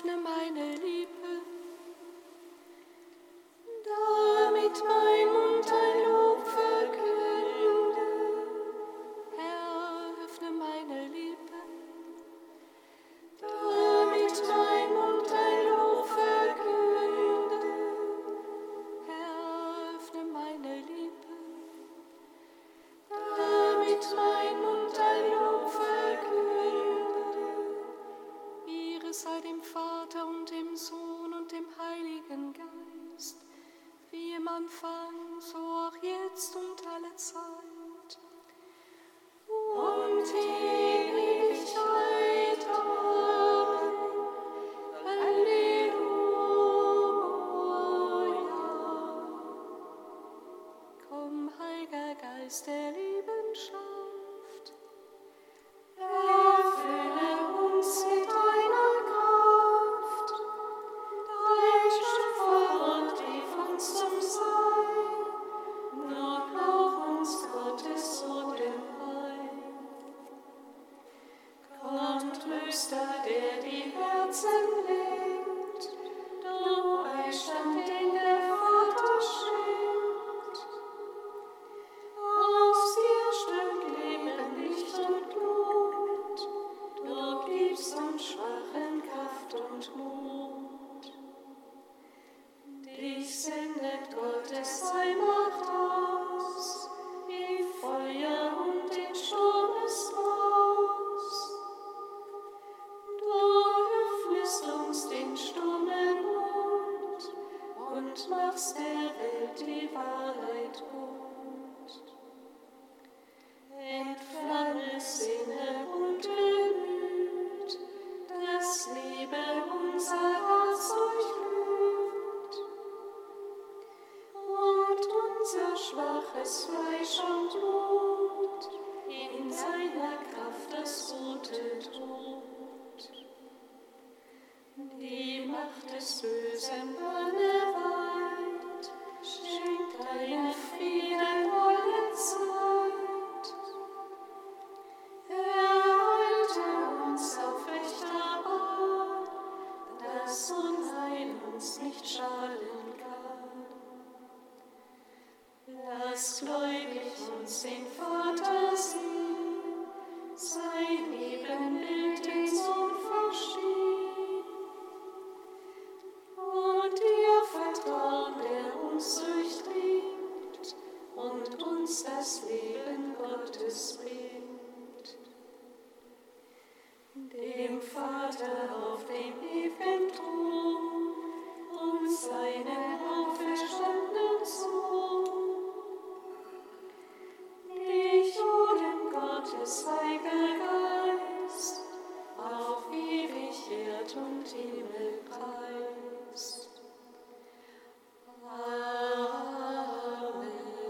öffne meine Lippen, damit mein Mund dein Lob verkünde. Herr, öffne meine Lippen, damit mein Mund dein Lob verkünde. Herr, öffne meine Lippen, damit mein Mund dein Lob verkünde. Ehre sei dem Vater und dem Sohn und dem Heiligen Geist, wie im Anfang, so auch jetzt und alle Zeit und in Ewigkeit. Amen. Halleluja. Komm, Heiliger Geist der Liebenschaft, erfülle uns mit deiner Kraft. Dein Schöpferwort rief uns zum Sein, nur braucht uns Gottes Sohn den Heil. Komm, Tröster, der die Herzen lenkt, du Beistand, den der Vater schenkt. Aus dir strömt Leben, Licht und Glut, du gibst uns Schwachen Kraft und Mut. Dich sendet Gottes Allmacht aus, in Feuer und in Sturmesbraus. Du öffnest uns den stummen Mund und machst der Welt die Wahrheit gut. Entflamme Sinne und Gemüt, dass Liebe unser Herz durchglüht und unser schwaches Fleisch und Blut in seiner Kraft das Gute tut. Die Macht des Bösen banne weit, schenkt deinen Frieden alle Zeit. Erhalte uns aufrechter Bahn, dass Unheil uns nicht schaden kann. Lass gläubig uns den Vater sehen, sein Ebenbild den Sohn verstehen. Und dir vertrauen, der uns durchdringt und uns das Leben Gottes bringt. Dem Vater auf dem ewigen Thron und seinen auferstandenen Sohn. Dich, o dem Gottes Heiliger Geist, auf ewig Erd und Himmel preist. Amen.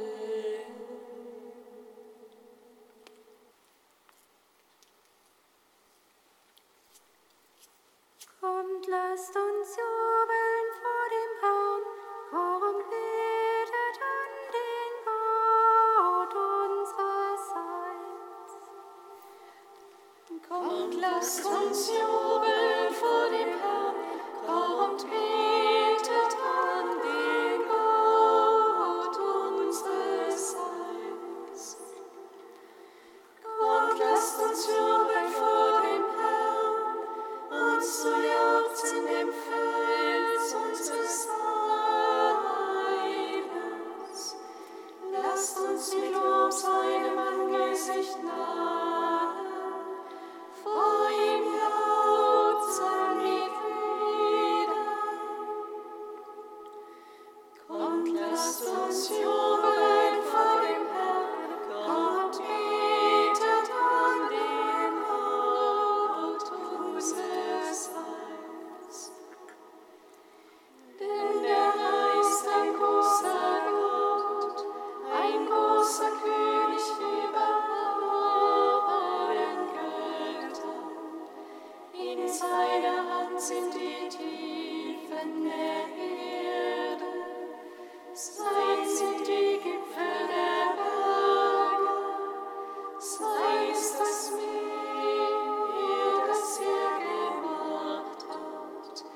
Kommt, lasst uns jubeln vor dem Herrn, kommt, betet an den Gott unsererseits. Kommt, lasst uns jubeln vor dem Herrn, kommt, betet an den Gott unsererseits. Kommt, lasst uns jubeln vor dem Herrn, uns zu jauchzen dem Fels unseres Heils. Lasst uns mit Lob seinem Angesicht nahen, vor ihm lautsam mit Liedern. Kommt, lasst uns jubeln vor dem Herrn, kommt, betet an den Gott unsererseits. Denn der Herr ist ein großer Gott, ein großer König über allen Göttern. In seiner Hand sind die Tiefen der Erde, sein sind die Gipfel der Berge, sein ist das Meer, das er gemacht hat.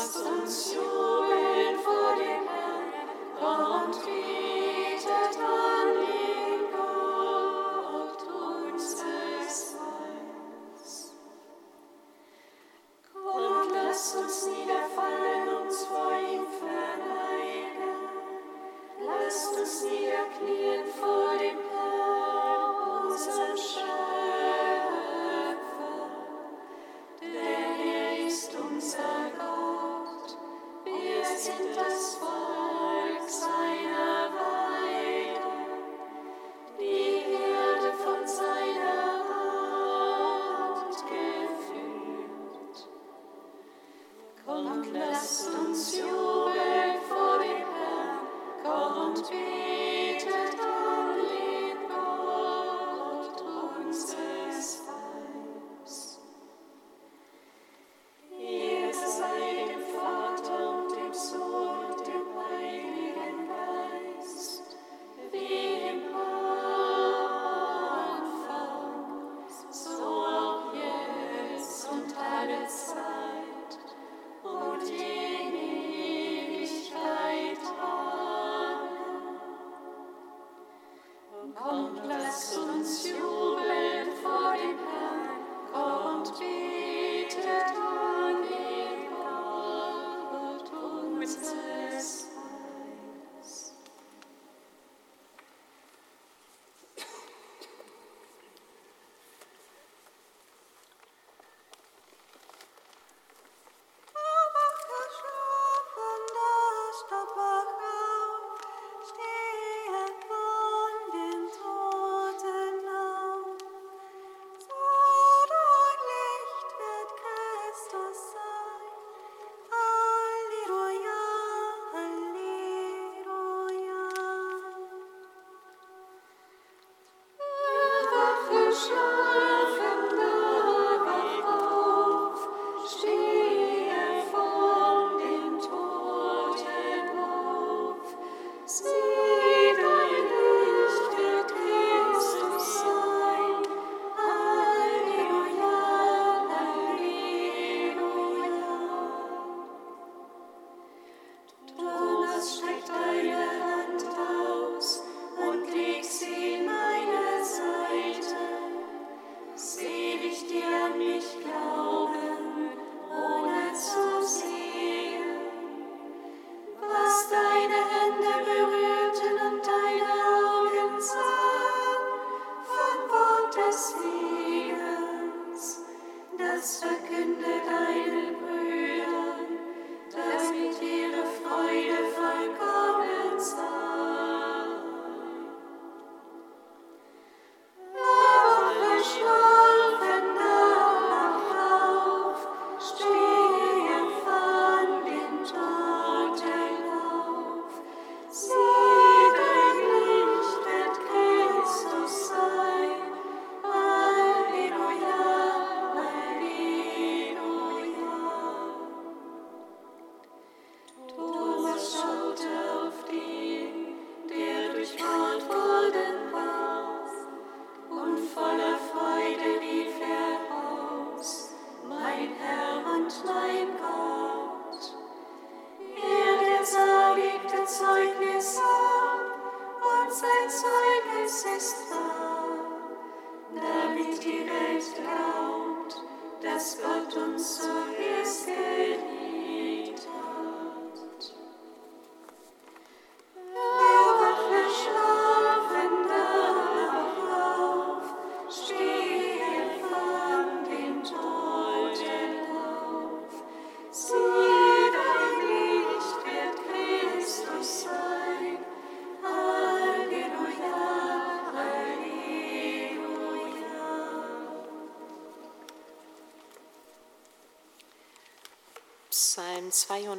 Psalm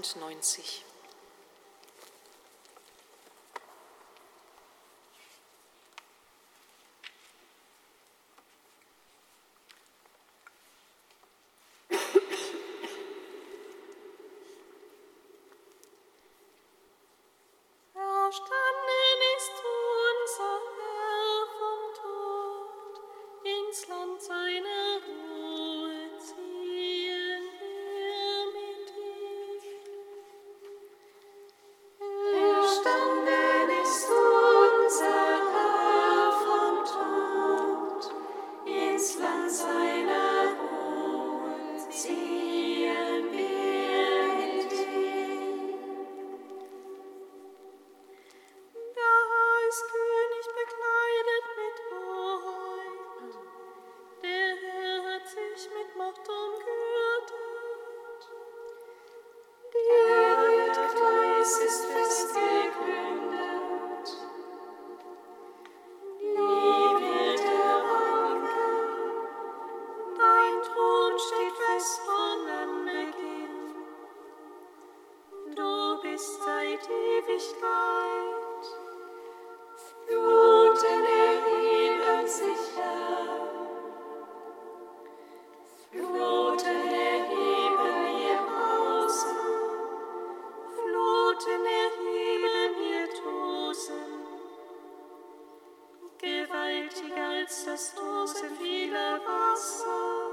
92. ist seit Ewigkeit. Fluten erheben sich Herr. Fluten erheben ihr Hause. Fluten erheben ihr Tosen. Gewaltiger als das Tosen vieler Wasser.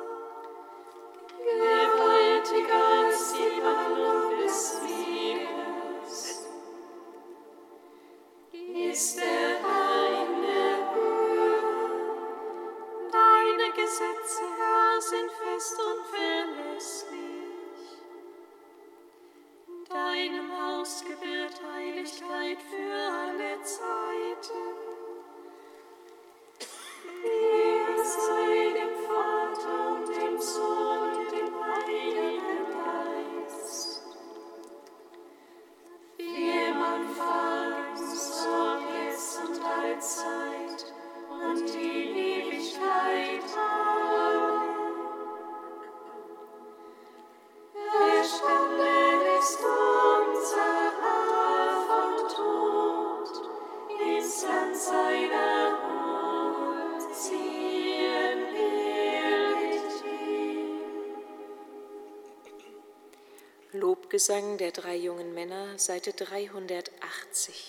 Gewaltiger als die Wallung des Meeres. Ist der Herr in der Höhe. Deine Gesetze, Herr, sind fest und verlässlich. Deinem Haus gebührt Heiligkeit für alle Zeiten. Ehre sei dem Vater und dem Sohn und dem Heiligen Geist. Wie im Anfang, so jetzt und allzeit und in Ewigkeit. Amen. Erstanden ist unser Herr vom Tod, ins Land seiner Huld ziehen wir mit ihm. Lobgesang der 3 jungen Männer, Seite 380.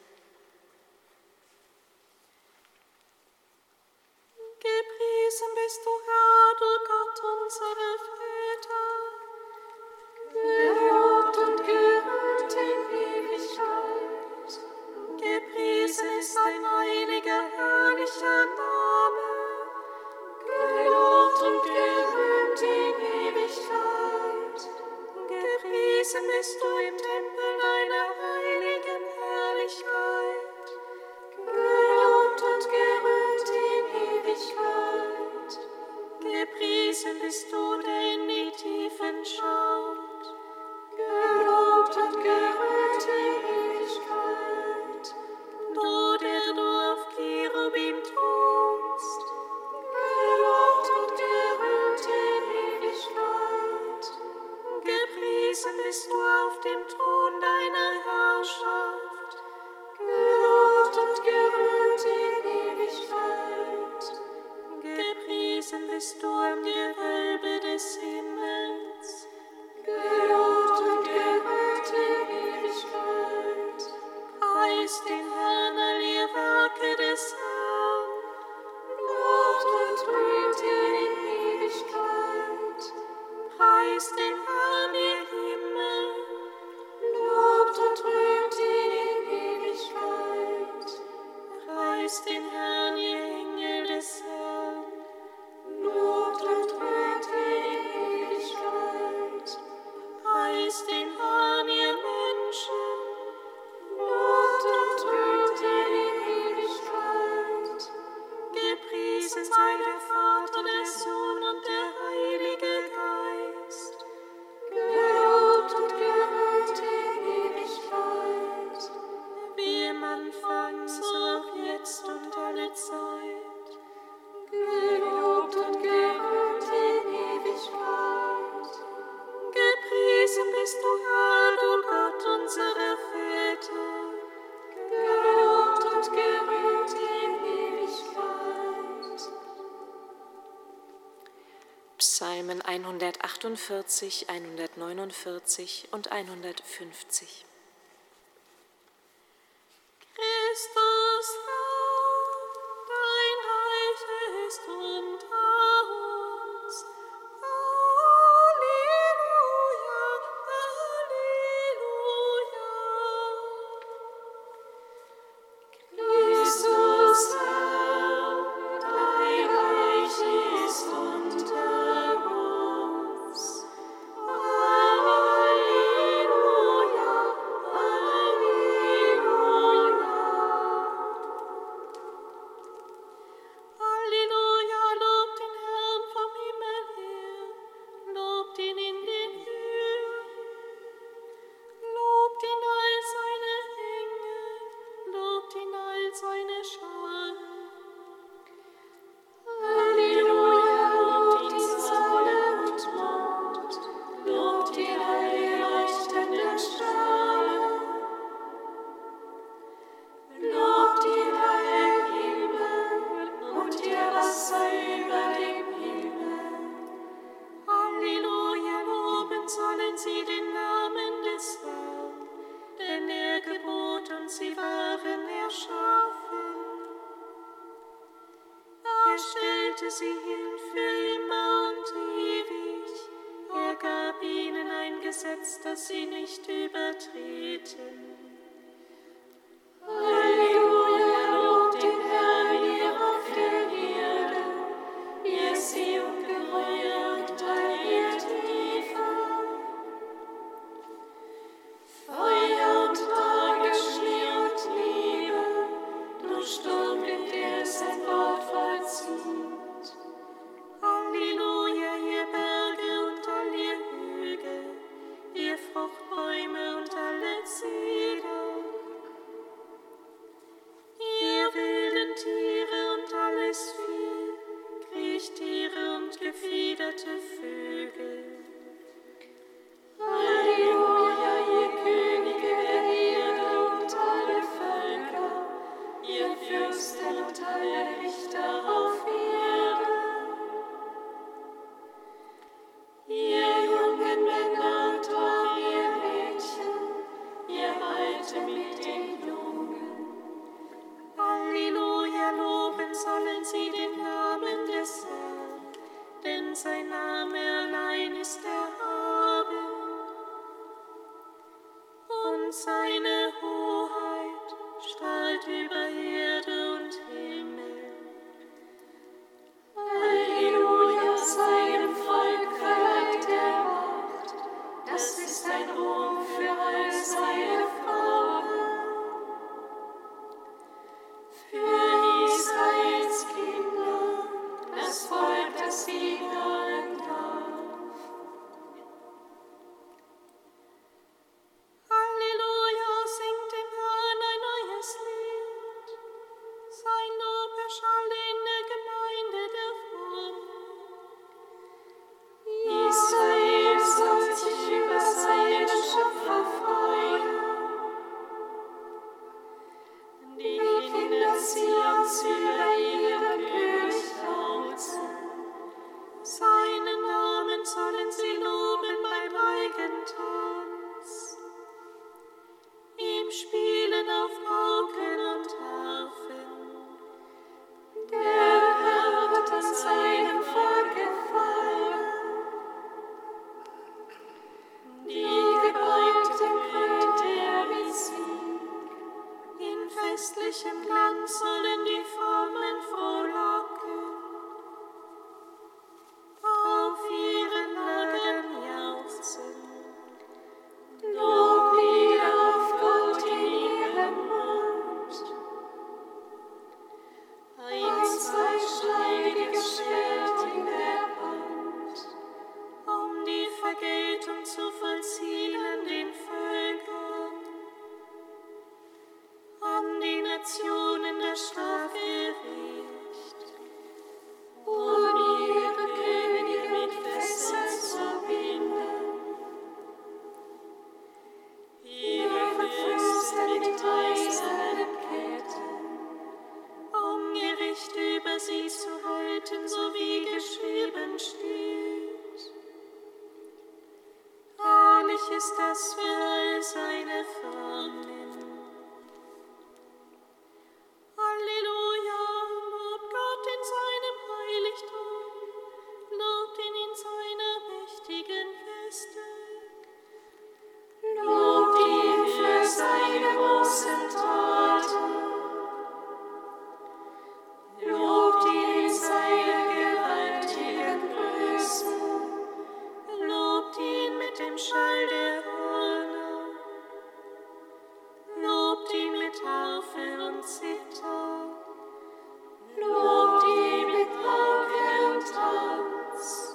Gepriesen bist du, Herr, du Gott unserer Väter, gelobt und gerühmt in Ewigkeit. Gepriesen ist dein heiliger, herrlicher Name, gelobt und gerühmt in Ewigkeit. Gepriesen bist du im Tempel deiner heiligen Herrlichkeit, gelobt und gerühmt in Ewigkeit. Gepriesen bist du, der in die Tiefen schaut, gelobt und gerühmt in Ewigkeit. Du, der du auf Cherubim thronst, gelobt und gerühmt in Ewigkeit. Gepriesen bist du auf dem Thron deiner Herrschaft, gelobt und gerühmt in Ewigkeit. Gepriesen bist du am Gewölbe des Himmels, gelobt und gerühmt in Ewigkeit. Preist den Herrn, all ihr Werke des Herrn, lobt und rühmt ihn in Ewigkeit. Preist den Herrn, ihr Himmel, lobt und rühmt ihn in Ewigkeit. Preist den Herrn, ihr Engel des Herrn, lobt und rühmt ihn in Ewigkeit. Preist den Herrn, ihr Menschen, lobt und rühmt ihn in Ewigkeit. Gepriesen sei der Vater, der Sohn und der Heilige Geist, gelobt und gerühmt in Ewigkeit. Wie im Anfang, so auch jetzt und alle Zeit, gelobt und gerühmt in Ewigkeit. Gepriesen bist du, Herr, du Gott unserer Väter, gelobt und gerühmt in Ewigkeit. Psalmen 148, 149 und 150. Christus, dein Reich ist unter uns. Halleluja, Halleluja. Christus, dein Reich ist unter uns. Halleluja, Halleluja. sie hielt für immer und ewig. Er gab ihnen ein Gesetz, das sie nicht übertreten. Halleluja, lobt den Herrn, ihr auf der Erde, ihr See und Gemäuer und all ihr Tiefe. Feuer und Tage, Schnee und Liebe, du Sturm, der sein Wort vollzieht. Halleluja, ihr Berge und all ihr Hügel, ihr Fruchtbäume und alle Zeder. Ihr wilden Tiere und alles Vieh, Kriechtiere und gefiederte Vögel. Halleluja, ihr Könige der Erde und alle Völker, ihr Fürsten und alle Richter auf Erden. Ihr jungen Männer und auch ihr Mädchen, ihr Alte mit den Jungen. Halleluja, loben sollen sie den Namen des Herrn, denn sein Name allein ist erhaben. Und seine Hoheit strahlt über Erde und Himmel. Halleluja, seinem Volk verleiht er Macht, das ist ein Ruhm für all seine Frauen. Für Israels Kinder, das Volk, das sie hören darf. Halleluja, singt dem Herrn ein neues Lied. Sein Lob erschallt in der Gemeinde der Frommen. Israel soll sich über seinen Schöpfer freuen. Die Kinder Zions über ihren König jauchzen. Seinen Namen sollen sie loben beim Reigentanz. Ihm spielen auf Pauken und Harfen. Der Herr hat an seinem Volk gefallen. Die Gebeugten krönt er mit Sieg. In festlichem Glanz sollen die Frommen frohlocken. Auf ihren Lagern jauchzen. Loblieder auf Gott in ihrem Mund. Ein zweischneidiges Schwert in der Hand, um die Vergeltung zu vollziehen den Völkern. An die Nationen das Strafgericht, um ihre Könige mit Fesseln zu binden. Ihre Fürsten mit eisernen Ketten, um Gericht über sie zu halten, so wie geschrieben steht. Herrlich ist das für all seine Frommen. Halleluja, lobt Gott in seinem Heiligtum, lobt ihn in seiner mächtigen Feste. Lobt ihn für seine großen Taten. Lobt ihn in seiner gewaltigen Größe. Lobt ihn mit dem Schall der Hörner. Lobt ihn mit Harfe und Zither. Lobt ihn mit Pauke und Tanz.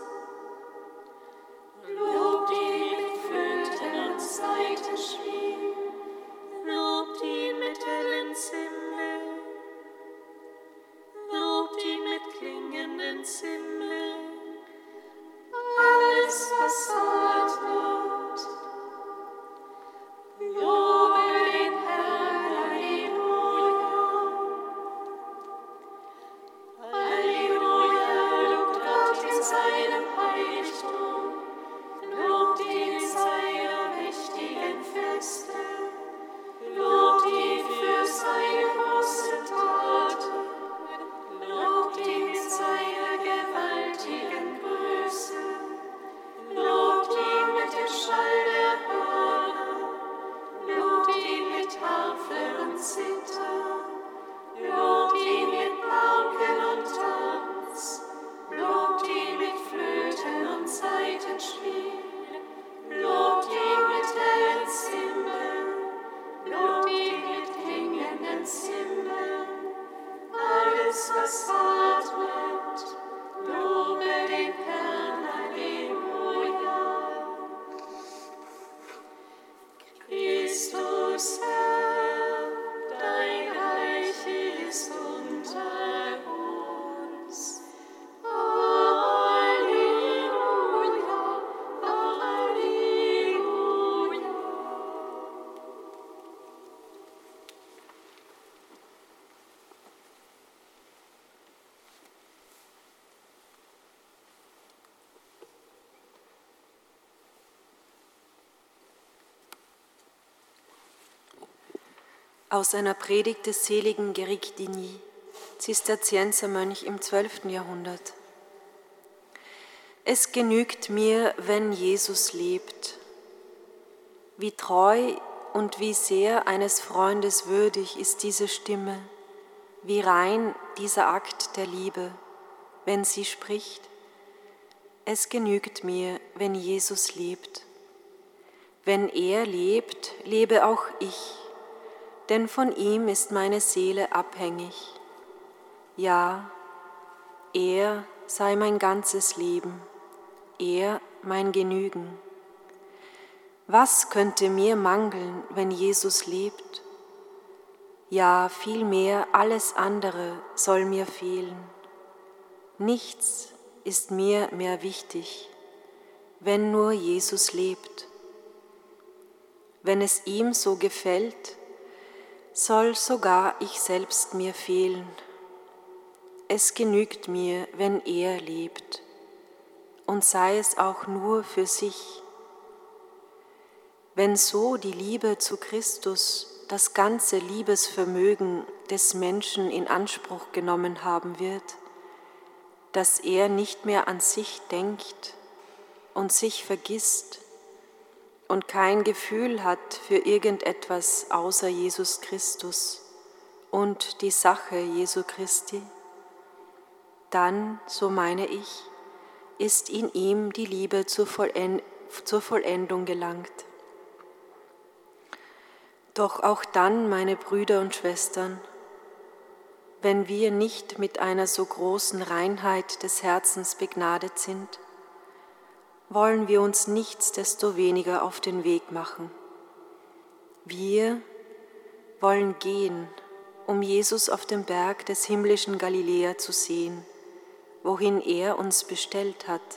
Lobt ihn mit Flöten und Saitenspiel. Lobt ihn mit hellen Zimbeln. Lobt ihn mit klingenden Zimbeln. Alles, was atmet. Lobe den Herrn, Halleluja. Halleluja, lobt Gott in seinem Heiligtum, lobt ihn in seiner mächtigen Feste, lobt ihn für seine großen Taten, lobt ihn in seiner Jesus, Herr, dein Reich ist unter uns. Halleluja, Halleluja. Aus einer Predigt des seligen Guéric d'Igny, Zisterziensermönch im 12. Jahrhundert. Es genügt mir, wenn Jesus lebt. Wie treu und wie sehr eines Freundes würdig ist diese Stimme, wie rein dieser Akt der Liebe, wenn sie spricht. Es genügt mir, wenn Jesus lebt. Wenn er lebt, lebe auch ich, denn von ihm ist meine Seele abhängig. Ja, er sei mein ganzes Leben, er mein Genügen. Was könnte mir mangeln, wenn Jesus lebt? Ja, vielmehr alles andere soll mir fehlen. Nichts ist mir mehr wichtig, wenn nur Jesus lebt. Wenn es ihm so gefällt, soll sogar ich selbst mir fehlen. Es genügt mir, wenn er lebt, und sei es auch nur für sich. Wenn so die Liebe zu Christus das ganze Liebesvermögen des Menschen in Anspruch genommen haben wird, dass er nicht mehr an sich denkt und sich vergisst und kein Gefühl hat für irgendetwas außer Jesus Christus und die Sache Jesu Christi, dann, so meine ich, ist in ihm die Liebe zur Vollendung gelangt. Doch auch dann, meine Brüder und Schwestern, wenn wir nicht mit einer so großen Reinheit des Herzens begnadet sind, wollen wir uns nichtsdestoweniger auf den Weg machen. Wir wollen gehen, um Jesus auf dem Berg des himmlischen Galiläa zu sehen, wohin er uns bestellt hat.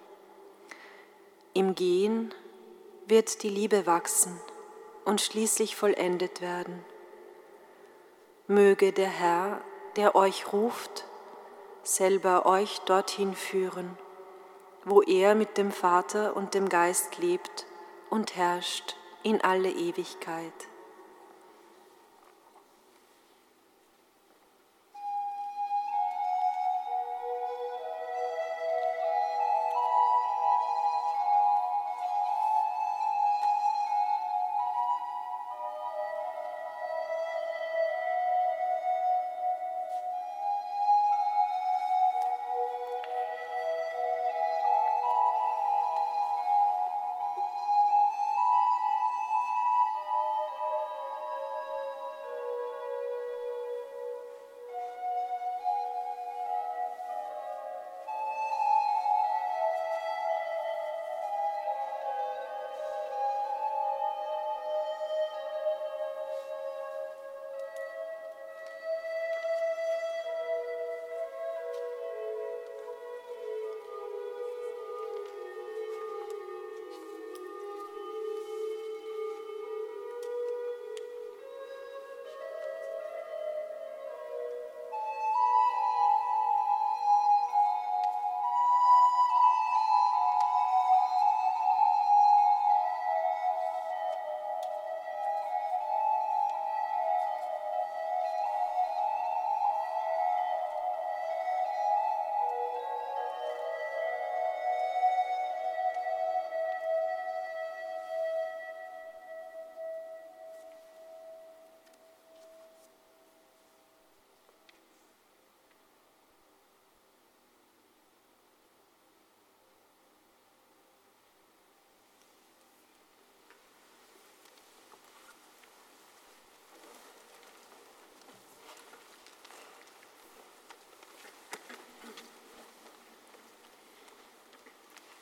Im Gehen wird die Liebe wachsen und schließlich vollendet werden. Möge der Herr, der euch ruft, selber euch dorthin führen, wo er mit dem Vater und dem Geist lebt und herrscht in alle Ewigkeit.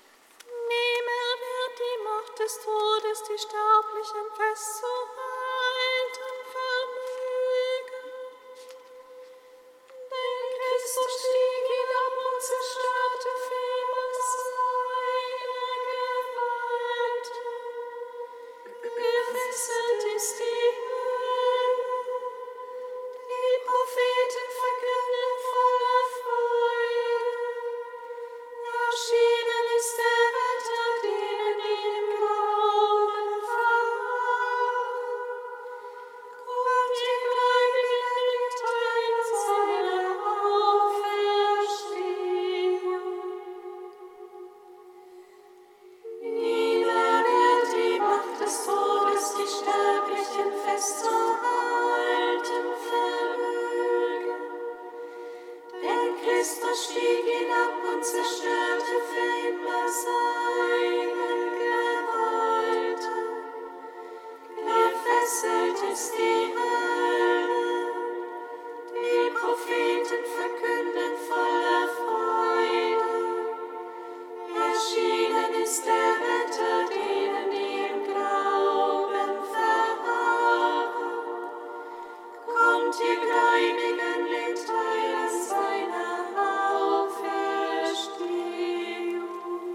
Des Todes die Sterblichen festzuhalten. gefesselt ist die Hölle. Die Propheten verkünden voller Freude. Erschienen ist der Retter, denen die im Glauben verharren. Kommt, ihr Gläubigen, mit Teilen seiner Auferstehung. Niemand wird die Macht des Todes, die Sterblichen festzuhalten vermögen. Denn Christus stieg hinab und zerstörte für immer seine Gewalten. Gefesselt ist die Hölle. Die Propheten verkünden voller Freude. Erschienen ist der Retter, denen die im Glauben verharren. Kommt, ihr Gläubigen, nehmt teil an seiner Auferstehung.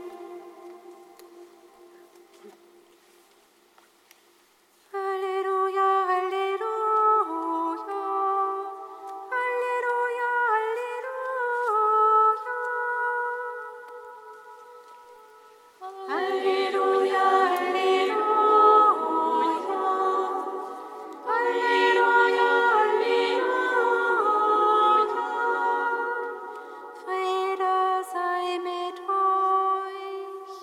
Halleluja, Halleluja, Halleluja, Halleluja, Halleluja, Halleluja, Halleluja. Friede sei mit euch.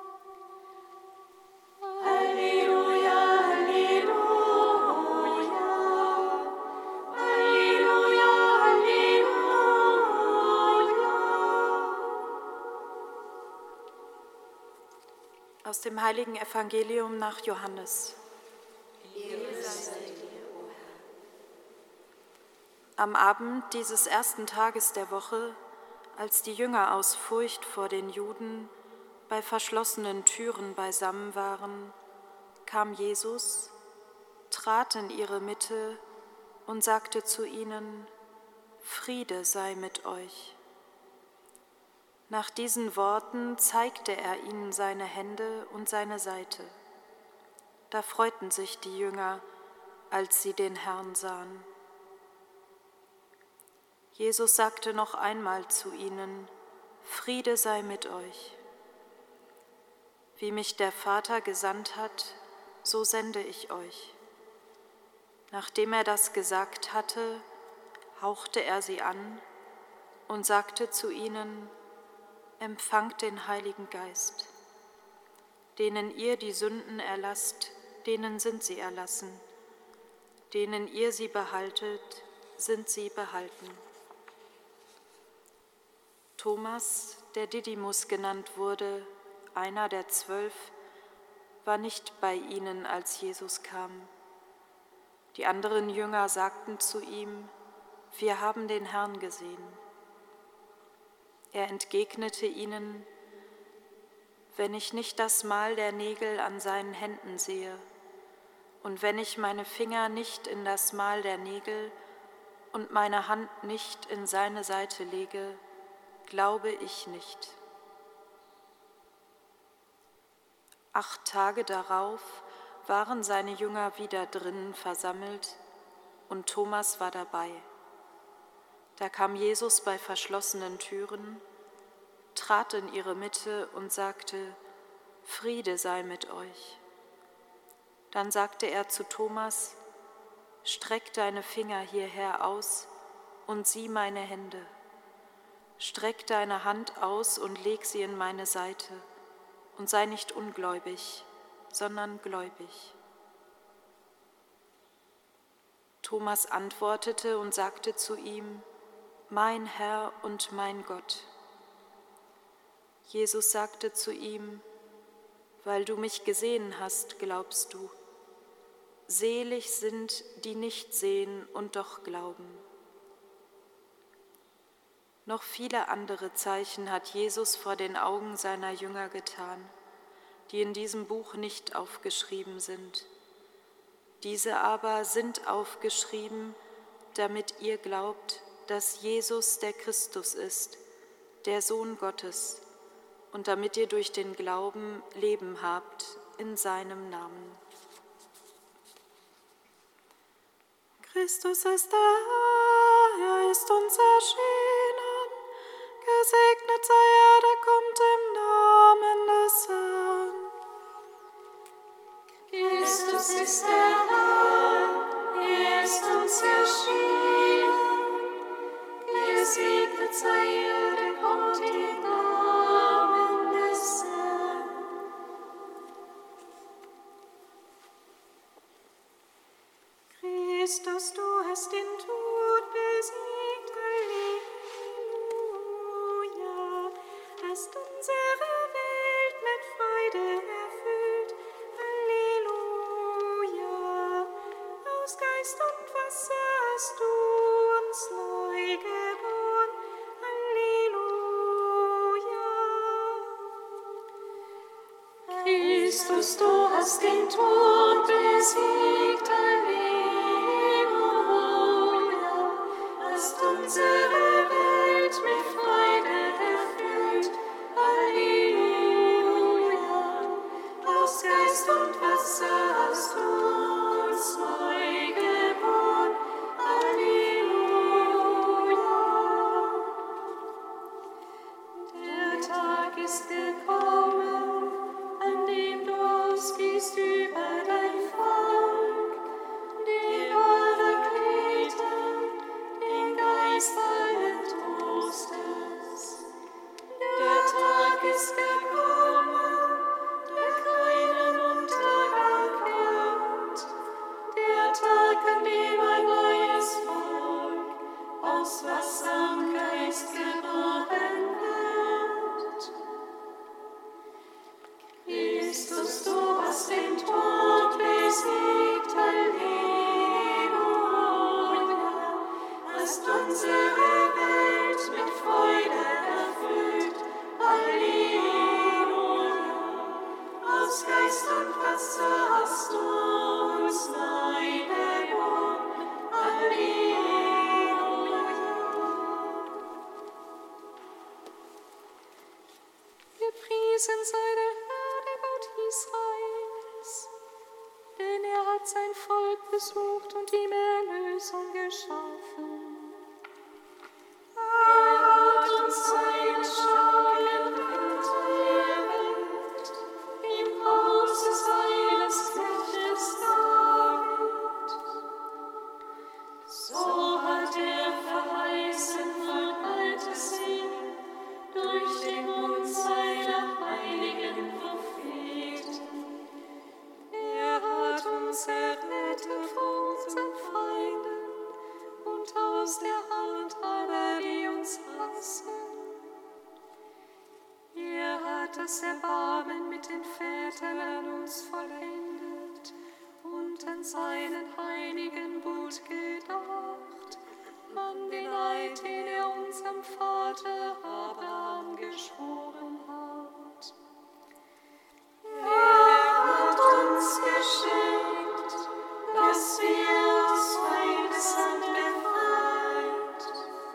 Halleluja, Halleluja, Halleluja, Halleluja. Aus dem heiligen Evangelium nach Johannes. Am Abend dieses ersten Tages der Woche, als die Jünger aus Furcht vor den Juden bei verschlossenen Türen beisammen waren, kam Jesus, trat in ihre Mitte und sagte zu ihnen: Friede sei mit euch. Nach diesen Worten zeigte er ihnen seine Hände und seine Seite. Da freuten sich die Jünger, als sie den Herrn sahen. Jesus sagte noch einmal zu ihnen: Friede sei mit euch. Wie mich der Vater gesandt hat, so sende ich euch. Nachdem er das gesagt hatte, hauchte er sie an und sagte zu ihnen: Empfangt den Heiligen Geist. Denen ihr die Sünden erlasst, denen sind sie erlassen. Denen ihr sie behaltet, sind sie behalten. Thomas, der Didymus genannt wurde, einer der 12, war nicht bei ihnen, als Jesus kam. Die anderen Jünger sagten zu ihm: Wir haben den Herrn gesehen. Er entgegnete ihnen: Wenn ich nicht das Mal der Nägel an seinen Händen sehe und wenn ich meine Finger nicht in das Mal der Nägel und meine Hand nicht in seine Seite lege, glaube ich nicht. 8 Tage darauf waren seine Jünger wieder drinnen versammelt und Thomas war dabei. Da kam Jesus bei verschlossenen Türen, trat in ihre Mitte und sagte: Friede sei mit euch. Dann sagte er zu Thomas: Streck deine Finger hierher aus und sieh meine Hände. Streck deine Hand aus und leg sie in meine Seite und sei nicht ungläubig, sondern gläubig. Thomas antwortete und sagte zu ihm: Mein Herr und mein Gott. Jesus sagte zu ihm: Weil du mich gesehen hast, glaubst du. Selig sind, die nicht sehen und doch glauben. Noch viele andere Zeichen hat Jesus vor den Augen seiner Jünger getan, die in diesem Buch nicht aufgeschrieben sind. Diese aber sind aufgeschrieben, damit ihr glaubt, dass Jesus der Christus ist, der Sohn Gottes, und damit ihr durch den Glauben Leben habt in seinem Namen. Christus ist der Herr, er ist uns erschienen. Gesegnet sei er, der kommt im Namen des Herrn. Christus ist der Herr, er ist uns erschienen. Gesegnet sei er, der kommt im Namen des Herrn. Christus, du hast den Tod besiegt, Halleluja. Hast unsere Welt mit Freude erfüllt, Halleluja. Aus Geist und Wasser hast du uns neu geboren, Halleluja. Christus, du hast den Tod besiegt, Halleluja. Hast unsere Welt mit Freude erfüllt, Halleluja. Aus Geist und Wasser hast du uns neu geboren, Halleluja. Der Tag ist gekommen, an dem du ausgehst über dein Volk, den Paracleten, den Geist allen Trostes. Der Tag ist gekommen, der keinen Untergang kennt, der Tag, an dem ein neues Volk aus Wasser und Geist geboren wird. Christus, du hast den Tod besiegt, Halleluja. Hast unsere Welt mit Freude erfüllt, Halleluja. Aus Geist und Wasser hast du uns neu geboren, Halleluja. Gepriesen sei der Herr, der Gott Israels, denn er hat sein Volk besucht und ihm Erlösung geschaffen. Er hat uns seine starken Hände erweckt, im Hause seines Knechtes David. So hat er verheißen von altes hin, durch den Mund seiner heiligen Propheten. Er hat uns errettet vor unseren Feinden und aus der Hand aller, die uns hassen. Er hat das Erbarmen mit den Vätern an uns vollendet und an seinen heiligen Bund gedacht, an den Eid, den er unserem Vater Abraham geschworen hat. Er hat uns geschenkt, dass wir aus Feindeshand befreit,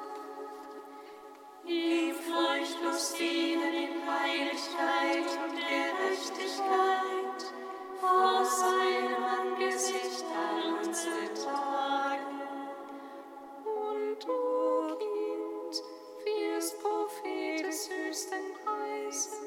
ihm furchtlos dienen in Heiligkeit und Gerechtigkeit, vor seinem Angesicht all unsere Tage. Und du, Kind, wirst Prophet des Höchsten heißen,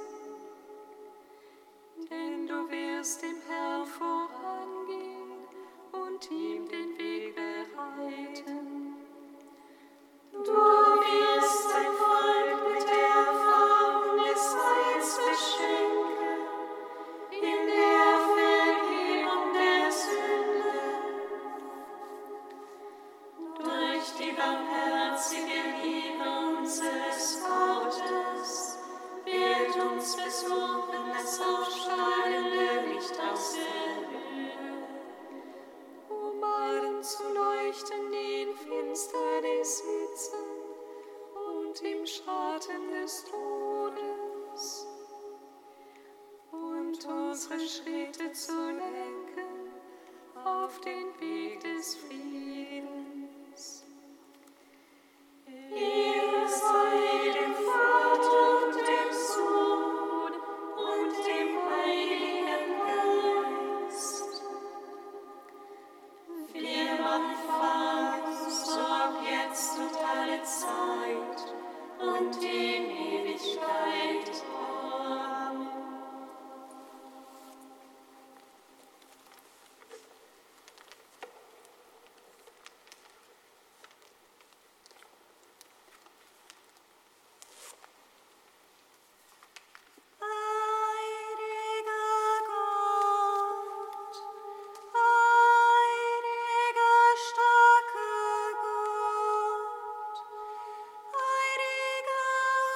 denn du wirst dem Herrn vorangehen und ihm den Weg bereiten. Du wirst dein Volk mit der Erfahrung des Heils beschenken, in der Vergebung der Sünde. Durch die barmherzige Liebe unseres Gottes wird uns besuchen das aufstrahlende Licht aus der Höhe, Um allen zu leuchten, die in Finsternis sitzen und im Schatten des Todes, und unsere Schritte zu lenken auf den Weg des Friedens. Ehre sei dem Vater und dem Sohn und dem Heiligen Geist, wie am Anfang Zeit und in Ewigkeit. Amen. Heiliger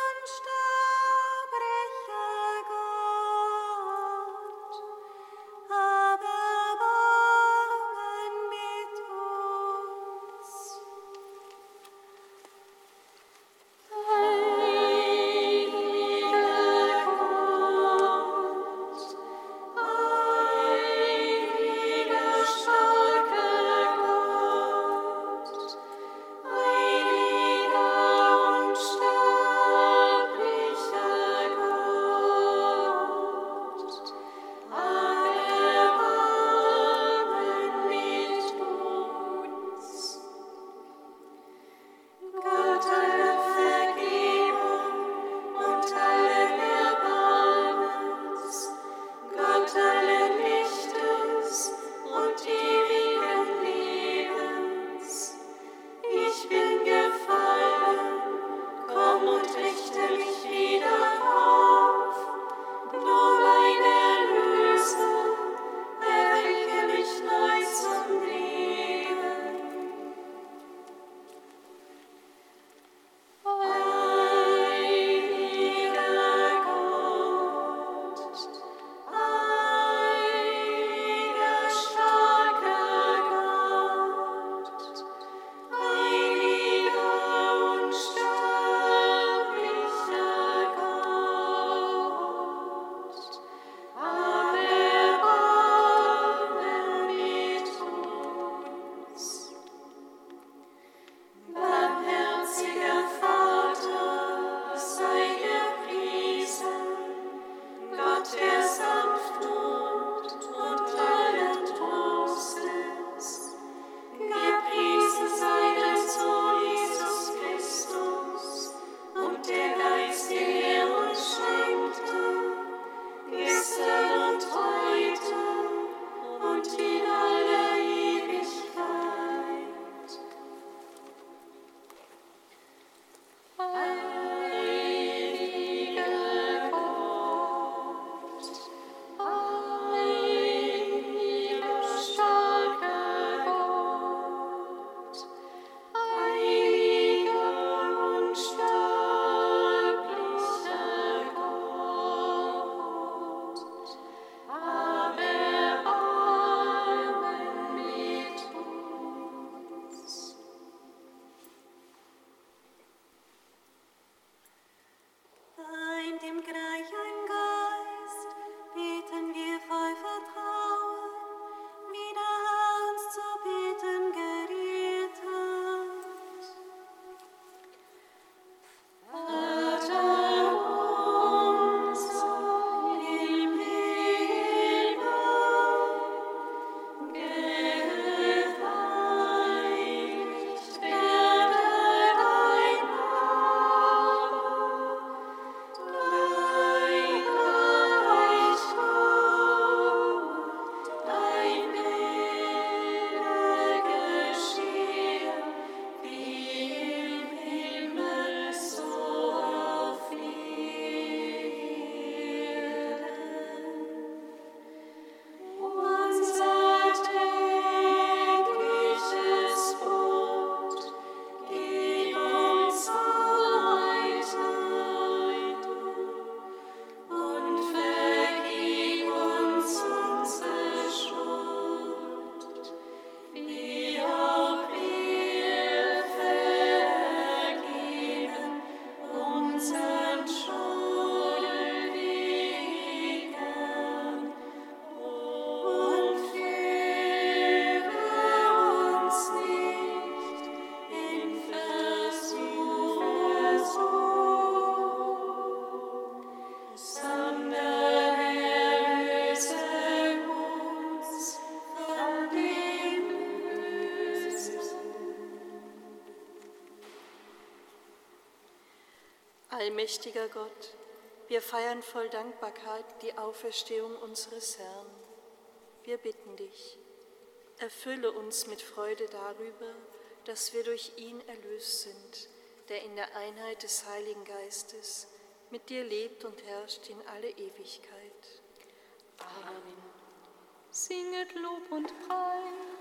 Allmächtiger Gott, wir feiern voll Dankbarkeit die Auferstehung unseres Herrn. Wir bitten dich, erfülle uns mit Freude darüber, dass wir durch ihn erlöst sind, der in der Einheit des Heiligen Geistes mit dir lebt und herrscht in alle Ewigkeit. Amen. Singet Lob und Preis.